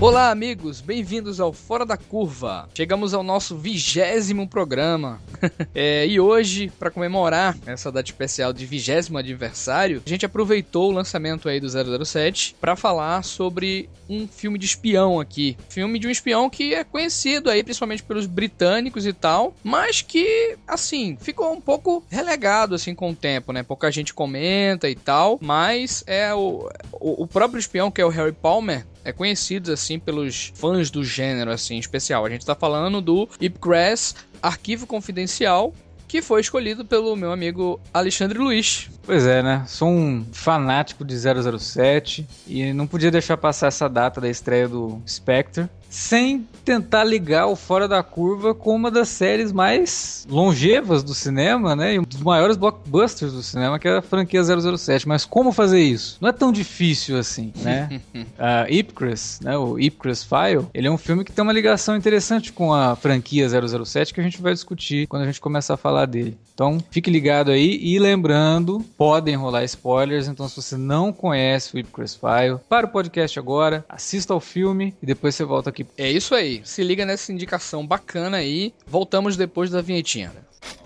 Olá, amigos, bem-vindos ao Fora da Curva. Chegamos ao nosso 20º programa. E hoje, para comemorar essa data especial de 20º aniversário, a gente aproveitou o lançamento aí do 007 para falar sobre um filme de espião aqui. Filme de um espião que é conhecido aí principalmente pelos britânicos e tal, mas que, assim, ficou um pouco relegado assim com o tempo, né? Pouca gente comenta e tal, mas é o próprio espião, que é o Harry Palmer, é conhecido, assim, pelos fãs do gênero, assim, especial. A gente tá falando do Ipcress Arquivo Confidencial, que foi escolhido pelo meu amigo Alexandre Luiz. Pois é, né? Sou um fanático de 007 e não podia deixar passar essa data da estreia do Spectre sem tentar ligar o Fora da Curva com uma das séries mais longevas do cinema, né? E um dos maiores blockbusters do cinema, que é a franquia 007. Mas como fazer isso? Não é tão difícil assim, né? Ipcress, né? O Ipcress File, ele é um filme que tem uma ligação interessante com a franquia 007 que a gente vai discutir quando a gente começar a falar dele. Então, fique ligado aí e lembrando, podem rolar spoilers, então se você não conhece o Ipcress File, para o podcast agora, assista ao filme e depois você volta aqui. É isso aí, se liga nessa indicação bacana aí, voltamos depois da vinhetinha, né?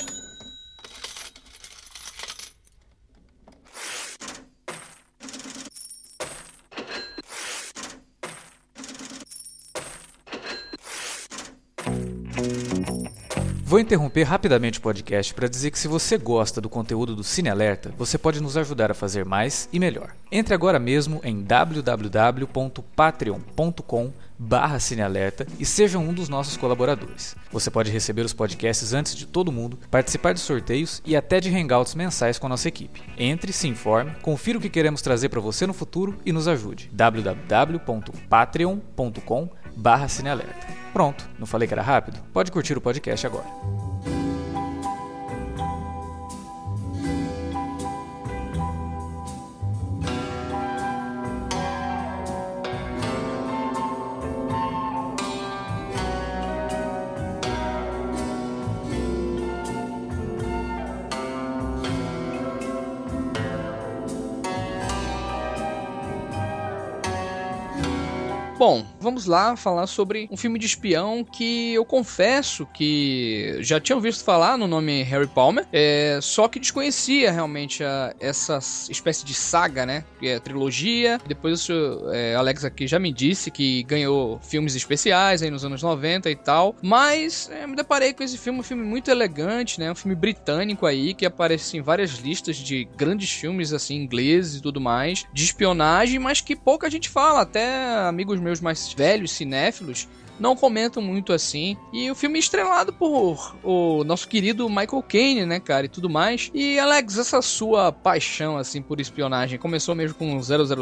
Vou interromper rapidamente o podcast para dizer que se você gosta do conteúdo do Cine Alerta, você pode nos ajudar a fazer mais e melhor. Entre agora mesmo em www.patreon.com/cinealerta e seja um dos nossos colaboradores. Você pode receber os podcasts antes de todo mundo, participar de sorteios e até de hangouts mensais com a nossa equipe. Entre, se informe, confira o que queremos trazer para você no futuro e nos ajude. www.patreon.com/cinealerta. Pronto, não falei que era rápido? Pode curtir o podcast agora. Bom, vamos lá falar sobre um filme de espião que eu confesso que já tinha ouvido falar no nome Harry Palmer, só que desconhecia realmente essa espécie de saga, né? Que é a trilogia. Depois Alex aqui já me disse que ganhou filmes especiais aí nos anos 90 e tal, mas me deparei com esse filme, um filme muito elegante, né? Um filme britânico aí, que aparece em várias listas de grandes filmes assim, ingleses e tudo mais, de espionagem, mas que pouca gente fala, até amigos meus mais velhos, cinéfilos, não comentam muito assim. E o filme é estrelado por o nosso querido Michael Caine, né, cara, e tudo mais. E, Alex, essa sua paixão, assim, por espionagem começou mesmo com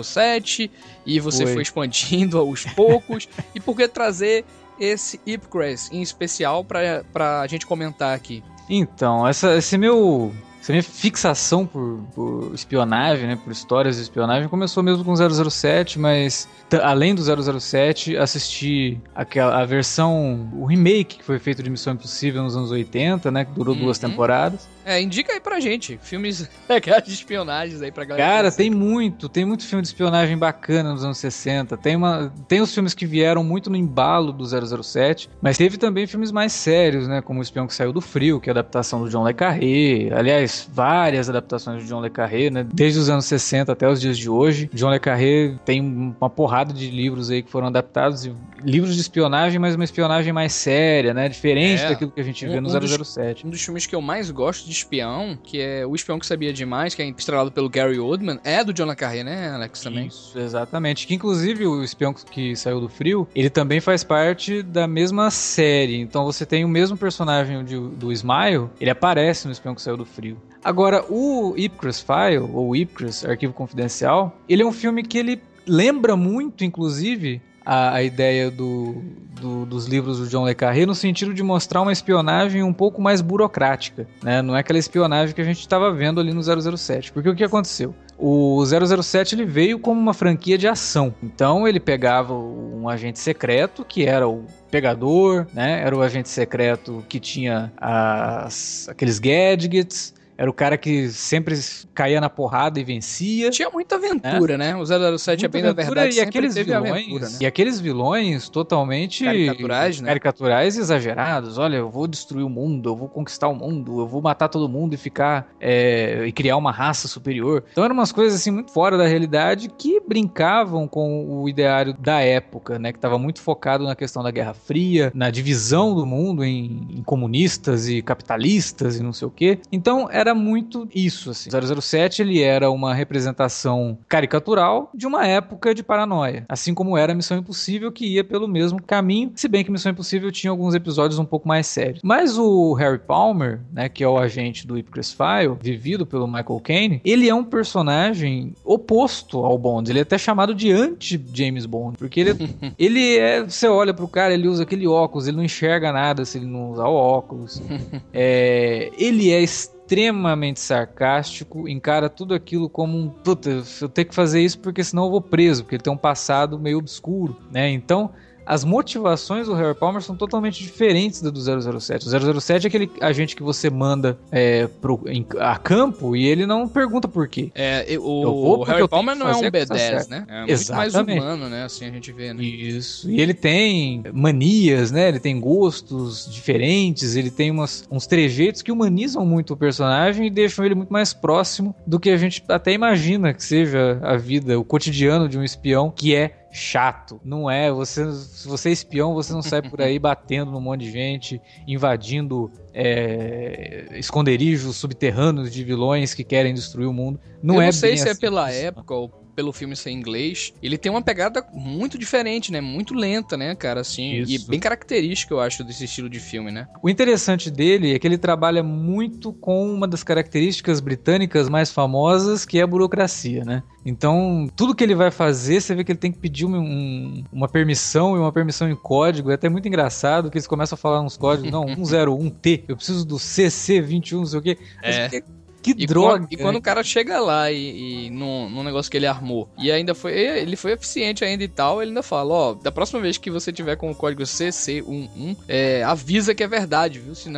007 e você foi expandindo aos poucos. E por que trazer esse Ipcress em especial pra gente comentar aqui? Então, essa minha fixação por espionagem, né, por histórias de espionagem, começou mesmo com 007, mas além do 007, assisti a versão, o remake que foi feito de Missão Impossível nos anos 80, né, que durou 2 temporadas. Indica aí pra gente, filmes legais de espionagens aí pra galera. Cara, tem muito filme de espionagem bacana nos anos 60, tem os filmes que vieram muito no embalo do 007, mas teve também filmes mais sérios, né, como O Espião que Saiu do Frio, que é a adaptação do John le Carré, aliás, várias adaptações do John le Carré, né, desde os anos 60 até os dias de hoje. John le Carré tem uma porrada de livros aí que foram adaptados, livros de espionagem, mas uma espionagem mais séria, né, diferente daquilo que a gente vê no 007. Um dos filmes que eu mais gosto de espião, que é O Espião que Sabia Demais, que é estrelado pelo Gary Oldman, é do John le Carré, né, Alex, também? Isso, exatamente. Que inclusive o Espião que Saiu do Frio, ele também faz parte da mesma série. Então você tem o mesmo personagem do Smile, ele aparece no Espião que Saiu do Frio. Agora, o Ipcress File, ou Ipcress Arquivo Confidencial, ele é um filme que ele lembra muito, inclusive, a ideia dos livros do John le Carré, no sentido de mostrar uma espionagem um pouco mais burocrática, né? Não é aquela espionagem que a gente estava vendo ali no 007. Porque o que aconteceu? O 007 ele veio como uma franquia de ação. Então ele pegava um agente secreto, que era o pegador, né? Era o agente secreto que tinha aqueles gadgets. era o cara que sempre caía na porrada e vencia. Tinha muita aventura, né? O 007 Muita é bem da verdade, e aqueles teve vilões, aventura, né? E aqueles vilões totalmente Caricaturais, né? Caricaturais e exagerados. Olha, eu vou destruir o mundo, eu vou conquistar o mundo, eu vou matar todo mundo e ficar e criar uma raça superior. Então eram umas coisas assim muito fora da realidade que brincavam com o ideário da época, né? Que estava muito focado na questão da Guerra Fria, na divisão do mundo em comunistas e capitalistas e não sei o quê. Então era muito isso, assim. 007 ele era uma representação caricatural de uma época de paranoia, assim como era Missão Impossível, que ia pelo mesmo caminho, se bem que Missão Impossível tinha alguns episódios um pouco mais sérios. Mas o Harry Palmer, né, que é o agente do Ipcress File, vivido pelo Michael Caine, ele é um personagem oposto ao Bond. Ele é até chamado de anti-James Bond, porque ele é... Você olha pro cara, ele usa aquele óculos, ele não enxerga nada se ele não usar o óculos. Ele é extremamente sarcástico, encara tudo aquilo como um... Puta, eu tenho que fazer isso porque senão eu vou preso, porque ele tem um passado meio obscuro, né? Então... As motivações do Harry Palmer são totalmente diferentes da do 007. O 007 é aquele agente que você manda a campo e ele não pergunta por quê. O Harry Palmer não é um B10, né? É Exatamente. muito mais humano, né? Assim a gente vê, né? Isso. E ele tem manias, né? Ele tem gostos diferentes, ele tem uns trejeitos que humanizam muito o personagem e deixam ele muito mais próximo do que a gente até imagina que seja a vida, o cotidiano de um espião, que é chato. Não é, se você é espião, você não sai por aí batendo num monte de gente, invadindo esconderijos subterrâneos de vilões que querem destruir o mundo. Não sei se é pela época ou pelo filme ser em inglês, ele tem uma pegada muito diferente, né? Muito lenta, né, cara? Assim, e bem característica, eu acho, desse estilo de filme, né? O interessante dele é que ele trabalha muito com uma das características britânicas mais famosas, que é a burocracia, né? Então, tudo que ele vai fazer, você vê que ele tem que pedir uma permissão, e uma permissão em código. É até muito engraçado que eles começam a falar uns códigos, não, 101T, eu preciso do CC21, não sei o quê. Que droga! E quando o cara chega lá e num negócio que ele armou, e ainda ele foi eficiente ainda e tal, ele ainda fala, da próxima vez que você tiver com o código CC11, avisa que é verdade, viu? Senão...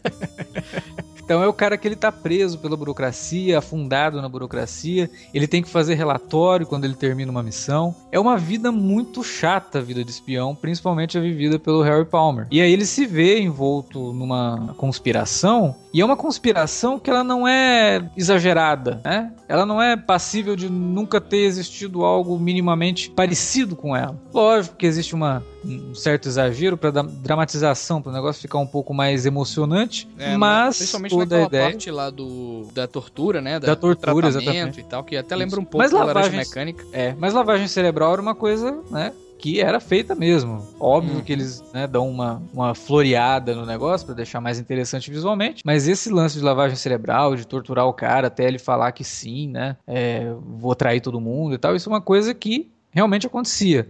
Então é o cara que ele tá preso pela burocracia, afundado na burocracia, ele tem que fazer relatório quando ele termina uma missão. É uma vida muito chata, a vida de espião, principalmente a vivida pelo Harry Palmer. E aí ele se vê envolto numa conspiração, e é uma conspiração que ela não é exagerada, né? Ela não é passível de nunca ter existido algo minimamente parecido com ela. Lógico que existe um certo exagero para dramatização, para o negócio ficar um pouco mais emocionante, mas principalmente naquela parte lá da tortura, né? Da tortura, exatamente. E tal, que até lembra um pouco da Laranja Mecânica. Mas lavagem cerebral era uma coisa, né, que era feita mesmo. Óbvio que eles, né, dão uma floreada no negócio para deixar mais interessante visualmente, mas esse lance de lavagem cerebral, de torturar o cara até ele falar que sim, né, vou trair todo mundo e tal, isso é uma coisa que realmente acontecia.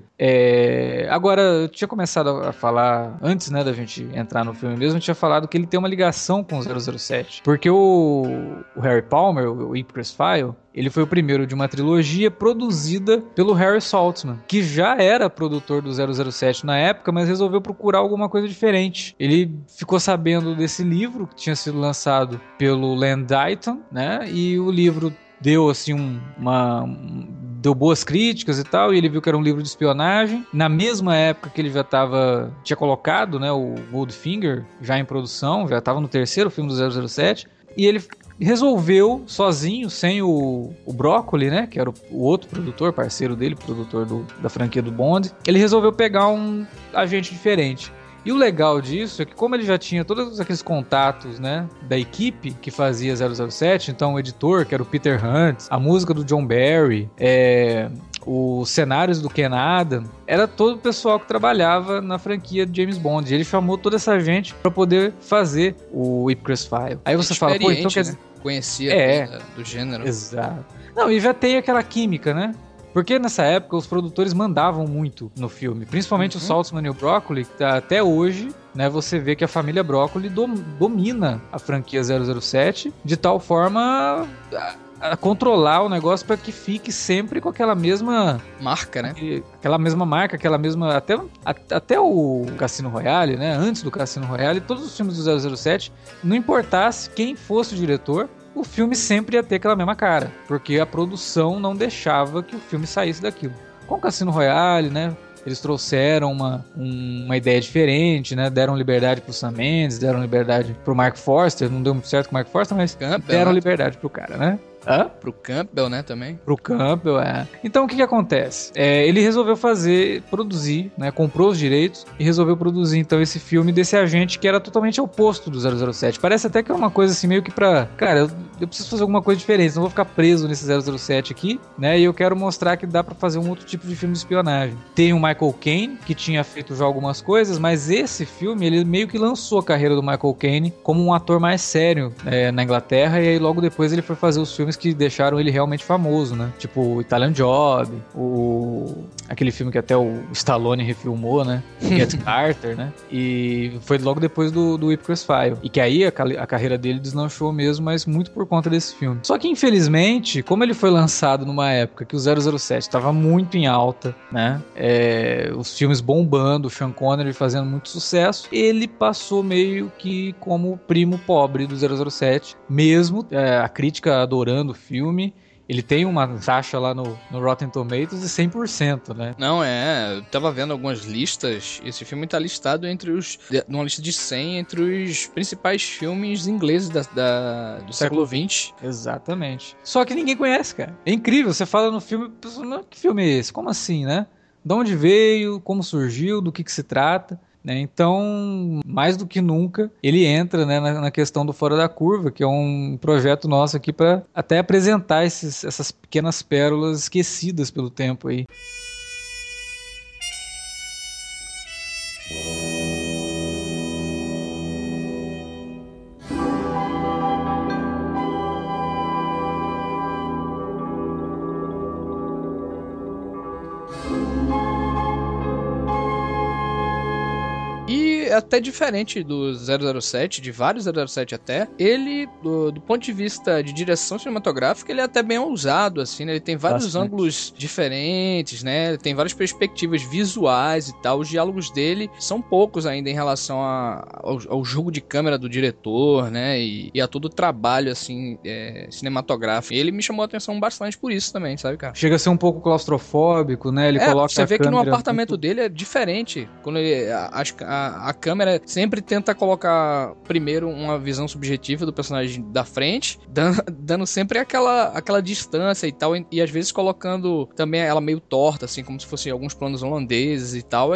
Agora, eu tinha começado a falar, antes, né, da gente entrar no filme mesmo, eu tinha falado que ele tem uma ligação com o 007. Porque o Harry Palmer, o Ipcress File, ele foi o primeiro de uma trilogia produzida pelo Harry Saltzman, que já era produtor do 007 na época, mas resolveu procurar alguma coisa diferente. Ele ficou sabendo desse livro, que tinha sido lançado pelo Len Deighton, né, e o livro deu assim deu boas críticas e tal, e ele viu que era um livro de espionagem. Na mesma época que ele já tinha colocado, né, o Goldfinger já em produção, já estava no terceiro filme do 007, e ele resolveu sozinho, sem o Broccoli, né, que era o outro produtor, parceiro dele, produtor da franquia do Bond, ele resolveu pegar um agente diferente. E o legal disso é que, como ele já tinha todos aqueles contatos, né, da equipe que fazia 007, então o editor, que era o Peter Hunt, a música do John Barry, os cenários do Ken Adam, era todo o pessoal que trabalhava na franquia de James Bond. E ele chamou toda essa gente para poder fazer o Ipcress File. Aí você fala, pô, então quer dizer... Conhecia do gênero. Exato. Não, e já tem aquela química, né? Porque nessa época os produtores mandavam muito no filme, principalmente o Saltzman e o Broccoli, que até hoje, né, você vê que a família Broccoli domina a franquia 007 de tal forma a controlar o negócio para que fique sempre com aquela mesma marca, né? Aquela mesma marca, aquela mesma... Até o Cassino Royale, né? Antes do Cassino Royale, todos os filmes do 007, não importasse quem fosse o diretor, o filme sempre ia ter aquela mesma cara, porque a produção não deixava que o filme saísse daquilo. Com o Cassino Royale, né? Eles trouxeram uma ideia diferente, né? Deram liberdade pro Sam Mendes, deram liberdade pro Mark Forster. Não deu muito certo com o Mark Forster, mas Campbell, deram né? liberdade pro cara, né? Pro Campbell, né, também. Pro Campbell, Então, o que acontece? Ele resolveu produzir, né, comprou os direitos e resolveu produzir, então, esse filme desse agente que era totalmente oposto do 007. Parece até que é uma coisa assim, meio que pra... Cara, eu preciso fazer alguma coisa diferente, não vou ficar preso nesse 007 aqui, né, e eu quero mostrar que dá pra fazer um outro tipo de filme de espionagem. Tem o Michael Caine, que tinha feito já algumas coisas, mas esse filme, ele meio que lançou a carreira do Michael Caine como um ator mais sério na Inglaterra, e aí logo depois ele foi fazer os filmes que deixaram ele realmente famoso, né? Tipo o Italian Job, aquele filme que até o Stallone refilmou, né? Get Carter, né? E foi logo depois do Ipcress File. E que aí a carreira dele deslanchou mesmo, mas muito por conta desse filme. Só que infelizmente, como ele foi lançado numa época que o 007 estava muito em alta, né? Os filmes bombando, o Sean Connery fazendo muito sucesso, ele passou meio que como o primo pobre do 007, mesmo a crítica adorando o filme. Ele tem uma taxa lá no Rotten Tomatoes de 100%, né? Não, eu tava vendo algumas listas, esse filme tá listado numa lista de 100 entre os principais filmes ingleses do século XX. Exatamente. Só que ninguém conhece, cara. É incrível, você fala no filme, que filme é esse? Como assim, né? De onde veio, como surgiu, do que se trata... Então, mais do que nunca, ele entra, né, na questão do Fora da Curva, que é um projeto nosso aqui para até apresentar essas pequenas pérolas esquecidas pelo tempo aí. É até diferente do 007, de vários 007 até, ele, do ponto de vista de direção cinematográfica, ele é até bem ousado, assim, né? Ele tem vários ângulos diferentes, né? Ele tem várias perspectivas visuais e tal. Os diálogos dele são poucos ainda em relação ao jogo de câmera do diretor, né? E a todo o trabalho, assim, cinematográfico. Ele me chamou a atenção bastante por isso também, sabe, cara? Chega a ser um pouco claustrofóbico, né? Ele coloca você vê que no apartamento muito... dele é diferente. Quando a câmera sempre tenta colocar primeiro uma visão subjetiva do personagem da frente, dando sempre aquela distância e tal, e às vezes colocando também ela meio torta, assim, como se fossem alguns planos holandeses e tal.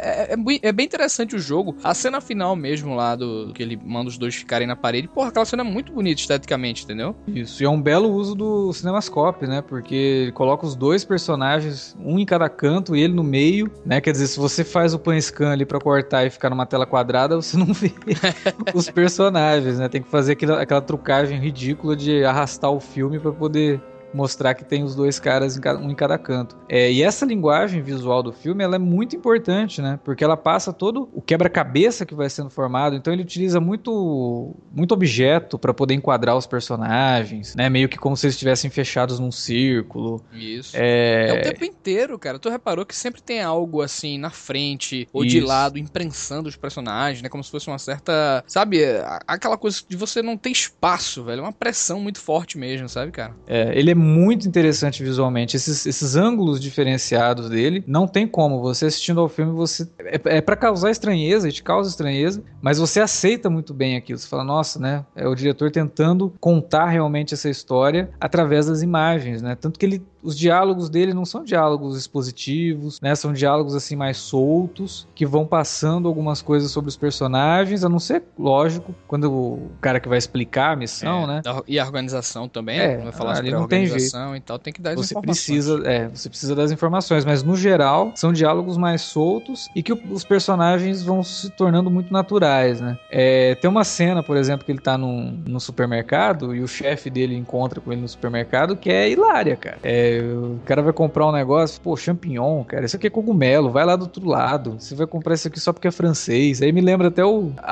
É bem interessante o jogo. A cena final mesmo lá, que ele manda os dois ficarem na parede, porra, aquela cena é muito bonita esteticamente, entendeu? Isso, e é um belo uso do CinemaScope, né? Porque ele coloca os dois personagens, um em cada canto e ele no meio, né? Quer dizer, se você faz o pan scan ali pra cortar e ficar numa tela quadrada, você não vê os personagens, né? Tem que fazer aquela trucagem ridícula de arrastar o filme pra poder mostrar que tem os dois caras um em cada canto. E essa linguagem visual do filme, ela é muito importante, né? Porque ela passa todo o quebra-cabeça que vai sendo formado, então ele utiliza muito objeto para poder enquadrar os personagens, né? Meio que como se eles estivessem fechados num círculo. Isso. É o tempo inteiro, cara. Tu reparou que sempre tem algo assim na frente ou de lado, imprensando os personagens, né? Como se fosse uma certa... Sabe? Aquela coisa de você não ter espaço, velho. É uma pressão muito forte mesmo, sabe, cara? Ele é muito interessante visualmente. Esses ângulos diferenciados dele, não tem como. Você assistindo ao filme, você é pra causar estranheza, e te causa estranheza, mas você aceita muito bem aquilo. Você fala, nossa, né? É o diretor tentando contar realmente essa história através das imagens, né? Tanto que os diálogos dele não são diálogos expositivos, né? São diálogos assim mais soltos, que vão passando algumas coisas sobre os personagens, a não ser, lógico, quando o cara que vai explicar a missão, né? E a organização também, vai falar sobre a organização e tal, tem que dar as informações. Você precisa das informações, mas no geral são diálogos mais soltos e que os personagens vão se tornando muito naturais, né? Tem uma cena, por exemplo, que ele tá no supermercado e o chefe dele encontra com ele no supermercado, que é hilária, cara. O cara vai comprar um negócio, pô, champignon, cara, isso aqui é cogumelo, vai lá do outro lado, você vai comprar isso aqui só porque é francês. Aí me lembra até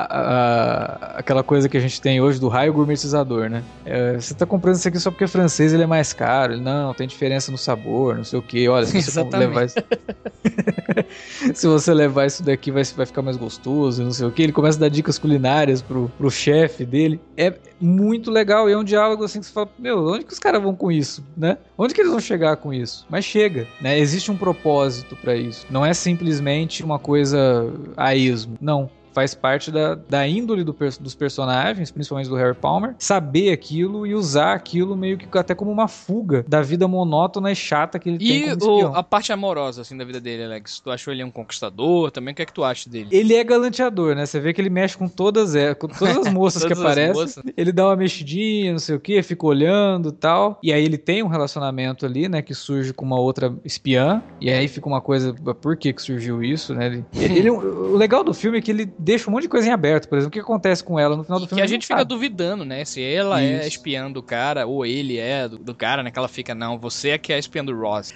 aquela coisa que a gente tem hoje do raio gourmetizador, né? Você tá comprando isso aqui só porque é francês, ele é mais caro. Não, tem diferença no sabor, não sei o que. Olha, se você levar isso... Se você levar isso daqui vai ficar mais gostoso, não sei o que. Ele começa a dar dicas culinárias pro chefe dele. É muito legal e é um diálogo assim que você fala, meu, onde que os caras vão com isso, né? Onde que eles vão chegar com isso? Mas chega, né? Existe um propósito pra isso. Não é simplesmente uma coisa a esmo, não. Faz parte da índole dos personagens, principalmente do Harry Palmer, saber aquilo e usar aquilo meio que até como uma fuga da vida monótona e chata que ele tem como espião. E a parte amorosa, assim, da vida dele, Alex? Tu achou ele um conquistador também? O que é que tu acha dele? Ele é galanteador, né? Você vê que ele mexe com todas as moças que aparecem. Ele dá uma mexidinha, não sei o que, fica olhando e tal. E aí ele tem um relacionamento ali, né? Que surge com uma outra espiã. E aí fica uma coisa, por que surgiu isso, né? O legal do filme é que ele deixa um monte de coisa em aberto. Por exemplo, o que acontece com ela no final do filme? Que a gente fica duvidando, né? Se ela é espiã do cara, ou ele é do cara, né? Que ela fica, não, você é que é espiã do Ross.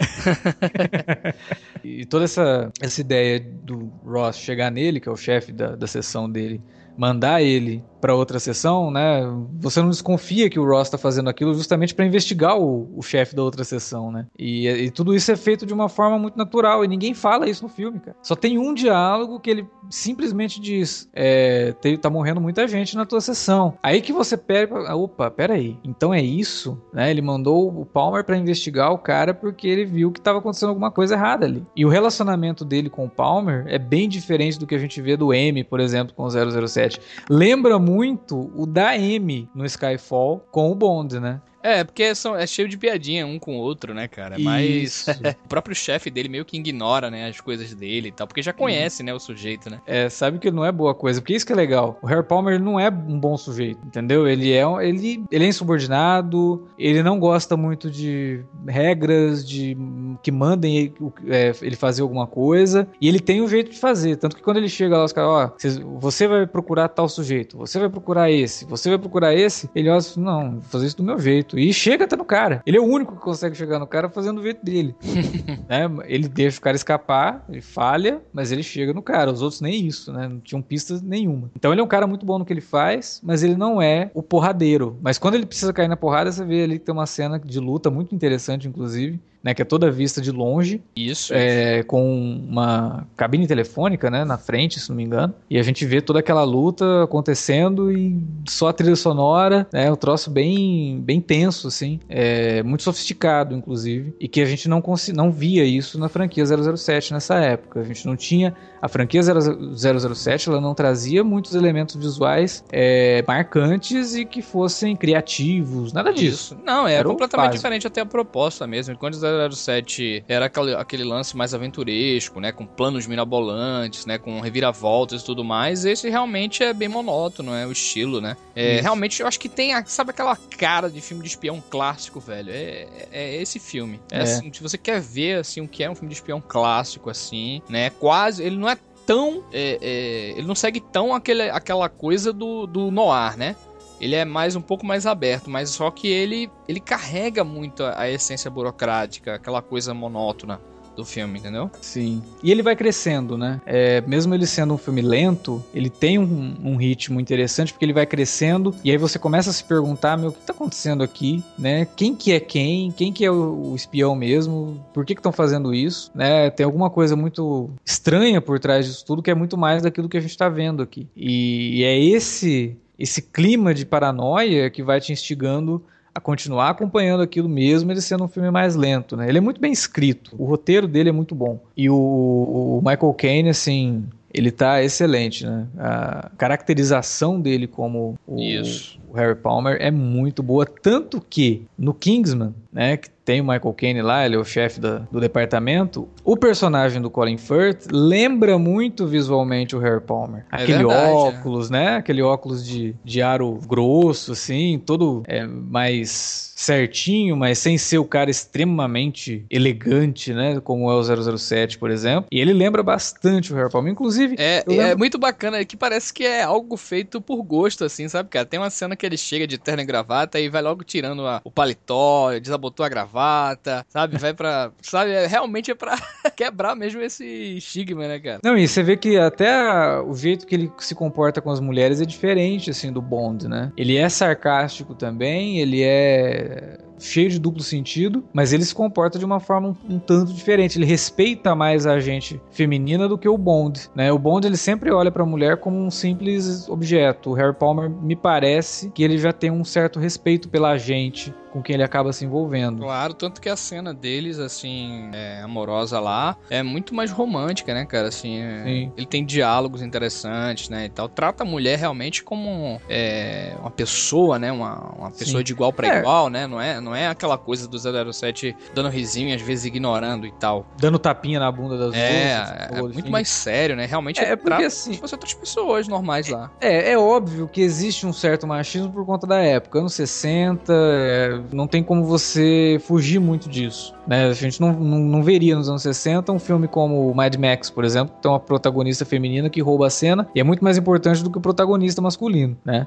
E toda essa ideia do Ross chegar nele, que é o chefe da seção dele, mandar ele para outra sessão, né? Você não desconfia que o Ross tá fazendo aquilo justamente para investigar o chefe da outra sessão, né? E tudo isso é feito de uma forma muito natural e ninguém fala isso no filme, cara. Só tem um diálogo que ele simplesmente diz, tá morrendo muita gente na tua sessão. Aí que você pega, opa, peraí, então é isso, né? Ele mandou o Palmer para investigar o cara porque ele viu que tava acontecendo alguma coisa errada ali. E o relacionamento dele com o Palmer é bem diferente do que a gente vê do M, por exemplo, com o 007. Lembra muito o da M no Skyfall com o Bond, né? Porque é cheio de piadinha um com o outro, né, cara? Mas o próprio chefe dele meio que ignora, né, as coisas dele e tal, porque já conhece, né, o sujeito, né? Sabe que não é boa coisa, porque isso que é legal. O Harry Palmer não é um bom sujeito, entendeu? Ele é insubordinado, ele não gosta muito de regras, de que mandem ele fazer alguma coisa, e ele tem um jeito de fazer, tanto que quando ele chega lá, os caras, você vai procurar tal sujeito, você vai procurar esse, ele olha assim, não, vou fazer isso do meu jeito. E chega até no cara. Ele é o único que consegue chegar no cara fazendo o jeito dele. Né? Ele deixa o cara escapar, ele falha, mas ele chega no cara. Os outros nem isso, né? Não tinham pistas nenhuma. Então ele é um cara muito bom no que ele faz, mas ele não é o porradeiro. Mas quando ele precisa cair na porrada, você vê ali que tem uma cena de luta muito interessante, inclusive, né, que é toda vista de longe. Isso. Com uma cabine telefônica, né, na frente, se não me engano. E a gente vê toda aquela luta acontecendo e só a trilha sonora, né, um troço bem tenso, assim. Muito sofisticado, inclusive. E que a gente não via isso na franquia 007 nessa época. A gente não tinha... A franquia 007, ela não trazia muitos elementos visuais marcantes e que fossem criativos, nada disso. Não, era completamente diferente até a proposta mesmo. Quando o 007 era aquele lance mais aventuresco, né, com planos mirabolantes, né, com reviravoltas e tudo mais, esse realmente é bem monótono, o estilo, né. Realmente, eu acho que tem, sabe, aquela cara de filme de espião clássico, velho. É esse filme. Assim, se você quer ver, assim, o que é um filme de espião clássico, assim, né, quase, ele não é tão, ele não segue tão aquela coisa do noir, né. Ele é um pouco mais aberto, mas só que ele carrega muito a essência burocrática, aquela coisa monótona do filme, entendeu? Sim. E ele vai crescendo, né? Mesmo ele sendo um filme lento, ele tem um ritmo interessante, porque ele vai crescendo, e aí você começa a se perguntar, o que tá acontecendo aqui, né? Quem que é quem? Quem que é o espião mesmo? Por que estão fazendo isso? Né? Tem alguma coisa muito estranha por trás disso tudo, que é muito mais daquilo que a gente tá vendo aqui. E é esse clima de paranoia que vai te instigando a continuar acompanhando aquilo mesmo, ele sendo um filme mais lento, né? Ele é muito bem escrito, o roteiro dele é muito bom. E o Michael Caine, assim, ele tá excelente, né? A caracterização dele como o Harry Palmer é muito boa, tanto que no Kingsman, né, que tem o Michael Caine lá, ele é o chefe do departamento, o personagem do Colin Firth lembra muito visualmente o Harry Palmer. Aquele óculos, né? Aquele óculos de aro grosso, assim, todo mais certinho, mas sem ser o cara extremamente elegante, né? Como é o 007, por exemplo. E ele lembra bastante o Harry Palmer. Inclusive... É muito bacana, que parece que é algo feito por gosto, assim, sabe, cara? Tem uma cena que ele chega de terno e gravata e vai logo tirando o paletó, desabotou a gravata, sabe? Vai pra... Sabe? Realmente é pra quebrar mesmo esse estigma, né, cara? Não, e você vê que até o jeito que ele se comporta com as mulheres é diferente, assim, do Bond, né? Ele é sarcástico também, ele é cheio de duplo sentido, mas ele se comporta de uma forma um tanto diferente. Ele respeita mais a agente feminina do que o Bond, né? O Bond, ele sempre olha pra mulher como um simples objeto. O Harry Palmer, me parece que ele já tem um certo respeito pela agente com quem ele acaba se envolvendo. Claro, tanto que a cena deles, assim, amorosa lá, é muito mais romântica, né, cara? Assim, ele tem diálogos interessantes, né, e tal. Trata a mulher realmente como uma pessoa, né, uma pessoa de igual pra igual, né? Não é aquela coisa do 007 dando risinho e às vezes ignorando e tal. Dando tapinha na bunda das duas. É muito mais sério, né? Realmente porque trata assim, como se fossem outras pessoas normais lá. É óbvio que existe um certo machismo por conta da época. Anos 60, não tem como você fugir muito disso, né? A gente não veria nos anos 60 um filme como Mad Max, por exemplo, que tem uma protagonista feminina que rouba a cena e é muito mais importante do que o protagonista masculino, né?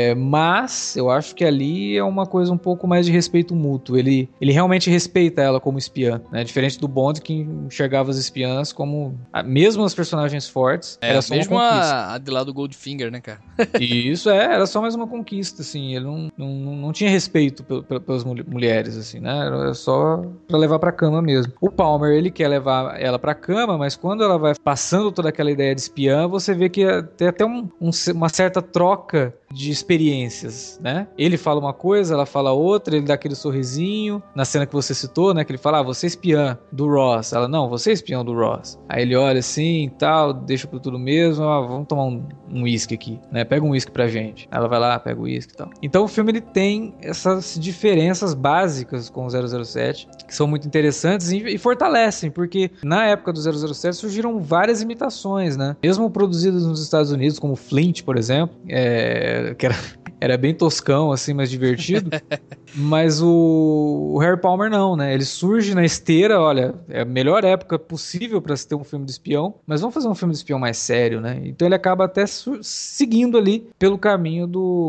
Mas eu acho que ali é uma coisa um pouco mais de respeito mútuo. Ele realmente respeita ela como espiã, né? Diferente do Bond, que enxergava as espiãs como, mesmo as personagens fortes, era só mesmo uma conquista. a de lá do Goldfinger, né, cara? Isso era só mais uma conquista, assim. Ele não tinha respeito pelas mulheres, assim, né? Era só pra levar pra cama mesmo. O Palmer, ele quer levar ela pra cama, mas quando ela vai passando toda aquela ideia de espiã, você vê que tem até uma certa troca de experiências, né? Ele fala uma coisa, ela fala outra, ele dá aquele sorrisinho, na cena que você citou, né? Que ele fala, você é espiã do Ross. Ela, não, você é espiã do Ross. Aí ele olha assim e tal, deixa por tudo mesmo, vamos tomar um uísque aqui, né? Pega um uísque pra gente. Ela vai lá, pega o uísque e tal. Então o filme, ele tem essas diferenças básicas com o 007, que são muito interessantes e fortalecem, porque na época do 007 surgiram várias imitações, né? Mesmo produzidas nos Estados Unidos, como Flint, por exemplo, que era bem toscão, assim, mas divertido. Mas o Harry Palmer não, né? Ele surge na esteira, olha, é a melhor época possível pra se ter um filme de espião, mas vamos fazer um filme de espião mais sério, né? Então ele acaba até seguindo ali pelo caminho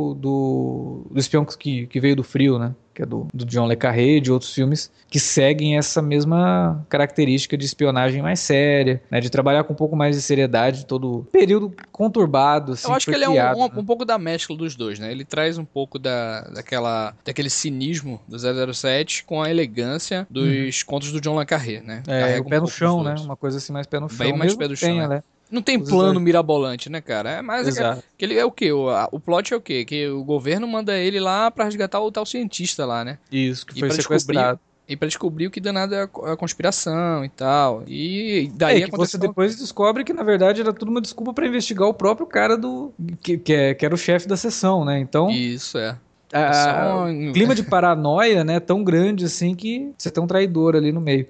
do espião que veio do frio, né? Que é do John le Carré, de outros filmes que seguem essa mesma característica de espionagem mais séria, né, de trabalhar com um pouco mais de seriedade, todo período conturbado, assim. Eu acho que ele é um pouco da mescla dos dois, né? Ele traz um pouco daquele cinismo do 007 com a elegância dos contos do John le Carré, né? O pé no chão, né? Uma coisa assim mais pé no chão. Bem mais pé no chão, né? Não tem plano mirabolante, né, cara? É mais que ele é o quê? O plot é o quê? Que o governo manda ele lá pra resgatar o tal cientista lá, né? Isso, que foi sequestrado. E pra descobrir o que danado é a conspiração e tal. E daí que você depois descobre que, na verdade, era tudo uma desculpa pra investigar o próprio cara que era o chefe da sessão, né? Então... Isso, O clima de paranoia, né, tão grande assim que você tem um traidor ali no meio.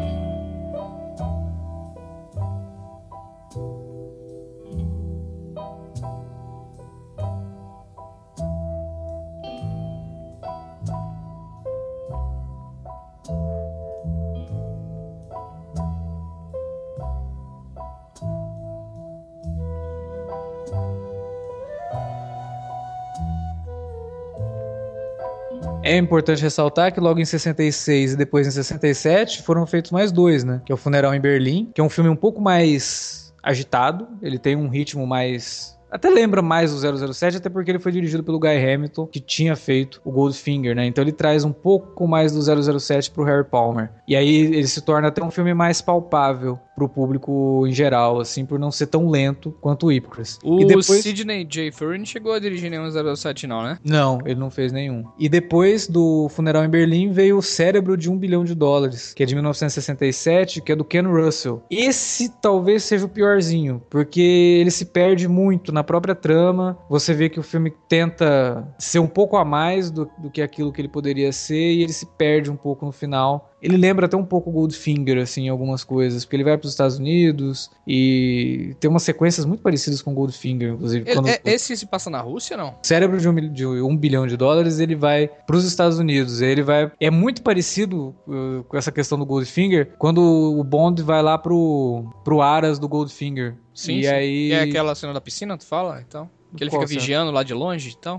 É importante ressaltar que logo em 66 e depois em 67 foram feitos mais dois, né? Que é o Funeral em Berlim, que é um filme um pouco mais agitado, ele tem um ritmo mais... Até lembra mais o 007, até porque ele foi dirigido pelo Guy Hamilton, que tinha feito o Goldfinger, né? Então ele traz um pouco mais do 007 pro Harry Palmer. E aí ele se torna até um filme mais palpável pro público em geral, assim, por não ser tão lento quanto o Icarus. O Sidney J. Fury não chegou a dirigir nenhum 007 não, né? Não, ele não fez nenhum. E depois do Funeral em Berlim veio O Cérebro de $1 bilhão, que é de 1967, que é do Ken Russell. Esse talvez seja o piorzinho, porque ele se perde muito na própria trama. Você vê que o filme tenta ser um pouco a mais do que aquilo que ele poderia ser, e ele se perde um pouco no final. Ele lembra até um pouco o Goldfinger, assim, em algumas coisas, porque ele vai para os Estados Unidos e tem umas sequências muito parecidas com o Goldfinger, inclusive. Esse se passa na Rússia, não? O Cérebro de $1 bilhão, ele vai para os Estados Unidos. Ele vai... É muito parecido com essa questão do Goldfinger, quando o Bond vai lá pro Aras do Goldfinger. Sim, sim. Aí... É aquela cena da piscina, tu fala? Então, que ele fica vigiando lá de longe e tal?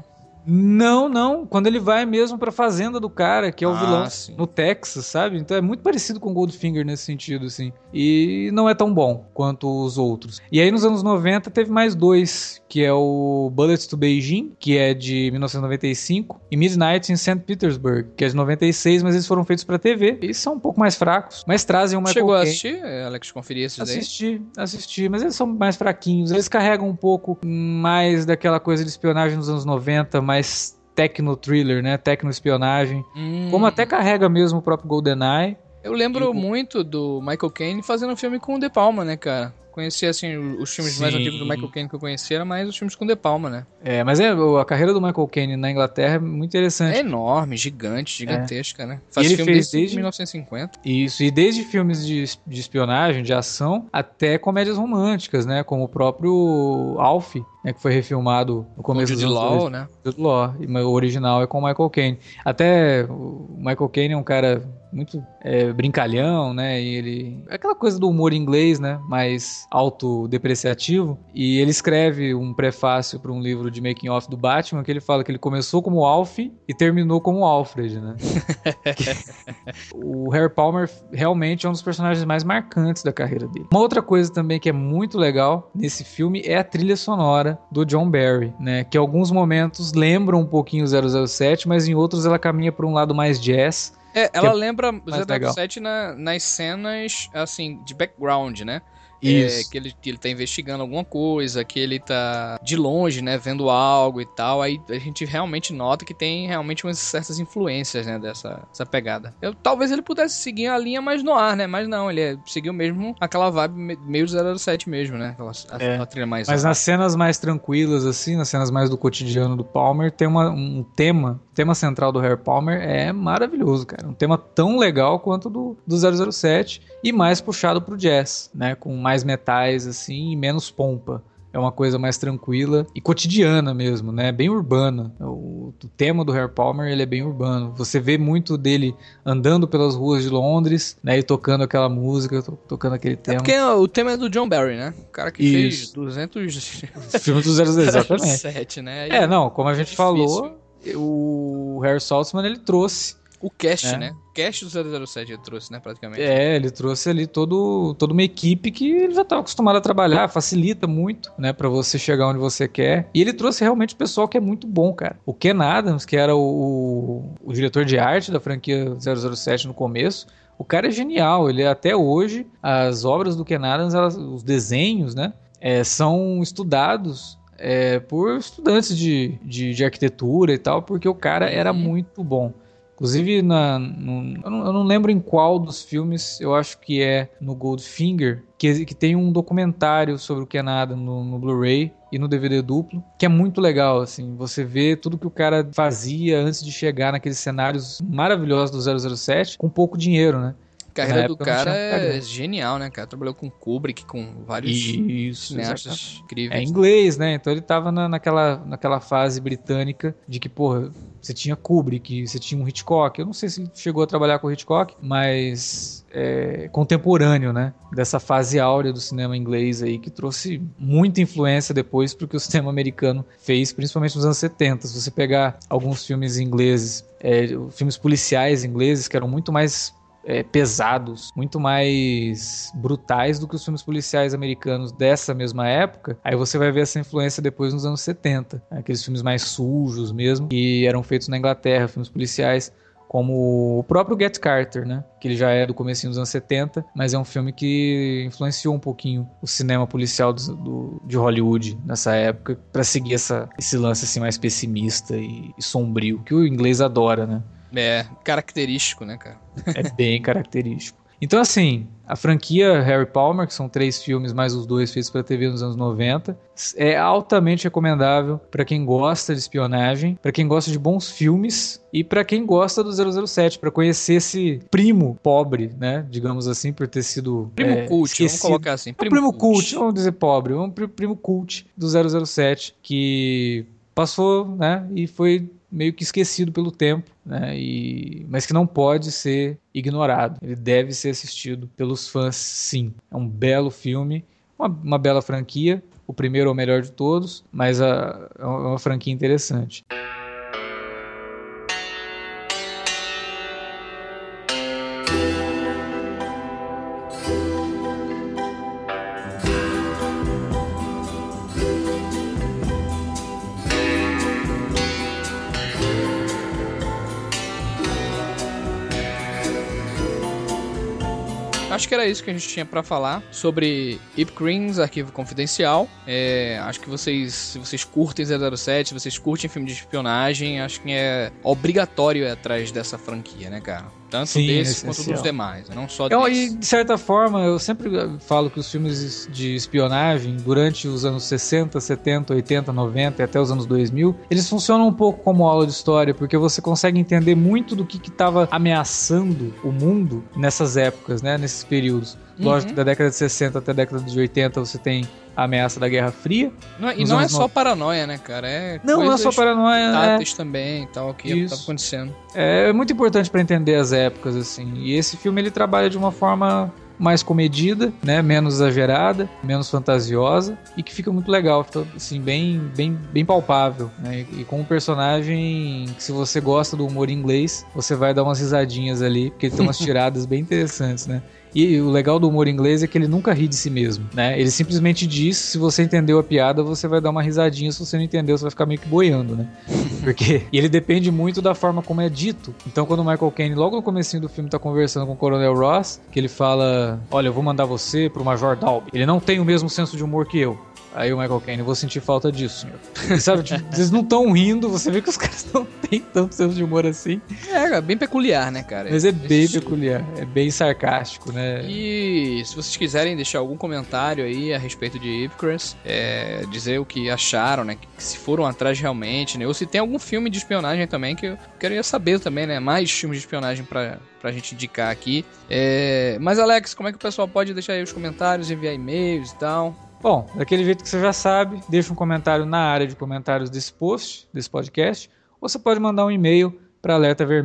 Não. Quando ele vai mesmo pra fazenda do cara, que é o vilão sim. no Texas, sabe? Então é muito parecido com Goldfinger nesse sentido, assim. E não é tão bom quanto os outros. E aí nos anos 90 teve mais dois, que é o Bullets to Beijing, que é de 1995, e Midnight in St. Petersburg, que é de 96, mas eles foram feitos pra TV. E são um pouco mais fracos, mas trazem o Michael Chegou a Caine. assistir, Alex, conferir esses daí? Assisti, mas eles são mais fraquinhos. Eles carregam um pouco mais daquela coisa de espionagem nos anos 90, mais techno-thriller, né? Techno-espionagem. Como até carrega mesmo o próprio GoldenEye. Eu lembro muito do Michael Caine fazendo um filme com o De Palma, né, cara? Conhecia, assim, os filmes mais antigos do Michael Caine que eu conhecia, era mais os filmes com De Palma, né? Mas a carreira do Michael Caine na Inglaterra é muito interessante. É enorme, gigantesca, né? Faz filme desde 1950. Isso, e desde filmes de espionagem, de ação, até comédias românticas, né? Como o próprio Alf, né, que foi refilmado no começo dos anos 2000, né? Jude Law, e o original é com o Michael Caine. Até o Michael Caine é um cara muito brincalhão, né? E ele... É aquela coisa do humor inglês, né? Mais autodepreciativo. E ele escreve um prefácio para um livro de making of do Batman, que ele fala que ele começou como Alf e terminou como Alfred, né? O Harry Palmer realmente é um dos personagens mais marcantes da carreira dele. Uma outra coisa também que é muito legal nesse filme é a trilha sonora do John Barry, né? Que em alguns momentos lembram um pouquinho o 007, mas em outros ela caminha para um lado mais jazz. Ela lembra o 007 nas cenas, assim, de background, né? Isso. Que ele tá investigando alguma coisa, que ele tá de longe, né, vendo algo e tal. Aí a gente realmente nota que tem realmente umas certas influências, né, dessa pegada. Talvez ele pudesse seguir a linha mais no ar, né? Mas não, ele seguiu mesmo aquela vibe meio 007 mesmo, né? Aquela trilha mais... Mas nas cenas mais tranquilas, assim, nas cenas mais do cotidiano do Palmer, tem um tema... O tema central do Harry Palmer é maravilhoso, cara. Um tema tão legal quanto do 007 e mais puxado pro jazz, né? Com mais metais, assim, e menos pompa. É uma coisa mais tranquila e cotidiana mesmo, né? Bem urbana. O tema do Harry Palmer, ele é bem urbano. Você vê muito dele andando pelas ruas de Londres, né? E tocando aquela música, tocando aquele tema. É porque o tema é do John Barry, né? O cara que fez 200... filmes do 007, exatamente. 007, né? Como a gente falou, o Harry Saltzman, ele trouxe o cast, né? O cast do 007 ele trouxe, né? Praticamente. Ele trouxe ali toda uma equipe que ele já estava acostumado a trabalhar, facilita muito, né? Pra você chegar onde você quer. E ele trouxe realmente pessoal que é muito bom, cara. O Ken Adams, que era o diretor de arte da franquia 007 no começo, o cara é genial. Ele, até hoje, as obras do Ken Adams, os desenhos, né? São estudados... por estudantes de arquitetura e tal, porque o cara era muito bom. Inclusive, eu não lembro em qual dos filmes, eu acho que é no Goldfinger, que tem um documentário sobre o Ken Adams no Blu-ray e no DVD duplo, que é muito legal, assim, você vê tudo que o cara fazia antes de chegar naqueles cenários maravilhosos do 007, com pouco dinheiro, né? A carreira do cara é genial, né, cara? Trabalhou com Kubrick, com vários cineastas incríveis. É inglês, né? Então ele tava naquela fase britânica de que, porra, você tinha Kubrick, você tinha um Hitchcock. Eu não sei se ele chegou a trabalhar com o Hitchcock, mas contemporâneo, né? Dessa fase áurea do cinema inglês aí, que trouxe muita influência depois pro que o cinema americano fez, principalmente nos anos 70. Se você pegar alguns filmes ingleses, filmes policiais ingleses, que eram muito mais... pesados, muito mais brutais do que os filmes policiais americanos dessa mesma época, aí você vai ver essa influência depois nos anos 70, aqueles filmes mais sujos mesmo, que eram feitos na Inglaterra, filmes policiais, como o próprio Get Carter, né? Que ele já é do comecinho dos anos 70, mas é um filme que influenciou um pouquinho o cinema policial de Hollywood nessa época, para seguir esse lance assim mais pessimista e sombrio, que o inglês adora, né? É, característico, né, cara? É bem característico. Então, assim, a franquia Harry Palmer, que são 3 filmes, mais os 2 feitos para TV nos anos 90, é altamente recomendável para quem gosta de espionagem, para quem gosta de bons filmes e para quem gosta do 007, para conhecer esse primo pobre, né, digamos assim, por ter sido primo cult, esquecido. Vamos colocar assim, primo cult, vamos dizer pobre, um primo cult do 007, que passou, né, e foi meio que esquecido pelo tempo, né? Mas que não pode ser ignorado. Ele deve ser assistido pelos fãs, sim. É um belo filme, uma bela franquia. O primeiro é o melhor de todos, mas é uma franquia interessante. acho que era isso que a gente tinha pra falar sobre Ip Creams, Arquivo Confidencial. Acho que se vocês curtem 007, se vocês curtem filme de espionagem, acho que é obrigatório ir atrás dessa franquia, né, cara? Tanto Sim, desse quanto dos demais, não só E desse. de certa forma, eu sempre falo que os filmes de espionagem, durante os anos 60, 70, 80, 90 e até os anos 2000, eles funcionam um pouco como aula de história, porque você consegue entender muito do que estava ameaçando o mundo nessas épocas, né, nesses períodos. Lógico que da década de 60 até a década de 80 você tem a ameaça da Guerra Fria. Não é só paranoia, né, cara? Não é só paranoia. Táteis também e tal, o que estava acontecendo. É muito importante para entender as épocas, assim. E esse filme, ele trabalha de uma forma mais comedida, né, menos exagerada, menos fantasiosa, e que fica muito legal, fica assim, bem palpável, né, e com um personagem que, se você gosta do humor inglês, você vai dar umas risadinhas ali, porque ele tem umas tiradas bem interessantes, né. E o legal do humor inglês é que ele nunca ri de si mesmo, né? Ele simplesmente diz, se você entendeu a piada, você vai dar uma risadinha, se você não entendeu, você vai ficar meio que boiando, né? E ele depende muito da forma como é dito. Então, quando o Michael Caine, logo no comecinho do filme, tá conversando com o Coronel Ross, que ele fala, olha, eu vou mandar você pro Major Dalby. Ele não tem o mesmo senso de humor que eu. Aí o Michael Caine, vou sentir falta disso, senhor. E, sabe, eles não estão rindo, você vê que os caras não têm tanto senso de humor assim. É bem peculiar, né, cara? Mas é bem peculiar, é bem sarcástico, né? E se vocês quiserem deixar algum comentário aí a respeito de Ipcress, dizer o que acharam, né, que se foram atrás realmente, né, ou se tem algum filme de espionagem também, que eu queria saber também, né, mais filmes de espionagem pra gente indicar aqui. Mas, Alex, como é que o pessoal pode deixar aí os comentários, enviar e-mails e tal? Bom, daquele jeito que você já sabe, deixa um comentário na área de comentários desse post, desse podcast, ou você pode mandar um e-mail para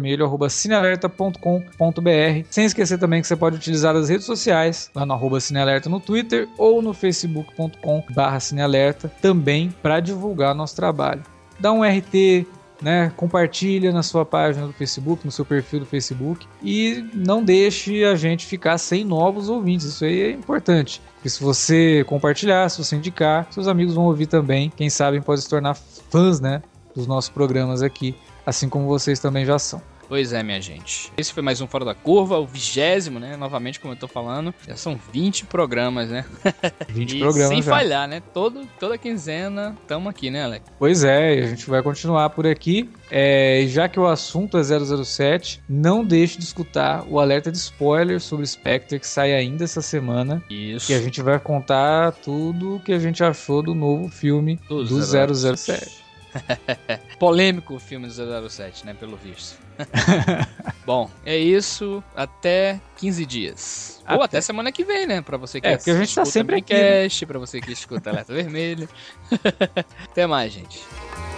alertavermelho@cinealerta.com.br. Sem esquecer também que você pode utilizar as redes sociais, lá no @cinealerta no Twitter ou no facebook.com/cinealerta, também para divulgar nosso trabalho. Dá um RT, né, compartilha na sua página do Facebook, no seu perfil do Facebook, e não deixe a gente ficar sem novos ouvintes. Isso aí é importante, porque se você compartilhar, se você indicar, seus amigos vão ouvir também. Quem sabe pode se tornar fãs, né, dos nossos programas aqui, assim como vocês também já são. Pois é, minha gente. Esse foi mais um Fora da Curva, o 20º, né? Novamente, como eu tô falando, já são 20 programas, né? 20 programas sem já. falhar, né? Toda quinzena tamo aqui, né, Alex? Pois é, e a gente vai continuar por aqui. Já que o assunto é 007, não deixe de escutar o alerta de spoiler sobre Spectre, que sai ainda essa semana. Isso. Que a gente vai contar tudo o que a gente achou do novo filme do 007. Polêmico o filme do 007, né, pelo visto. Bom, é isso. Até 15 dias. Ou até semana que vem, né? Pra você que porque a gente tá sempre aqui, né? Pra você que escuta Alerta Vermelho. Até mais, gente.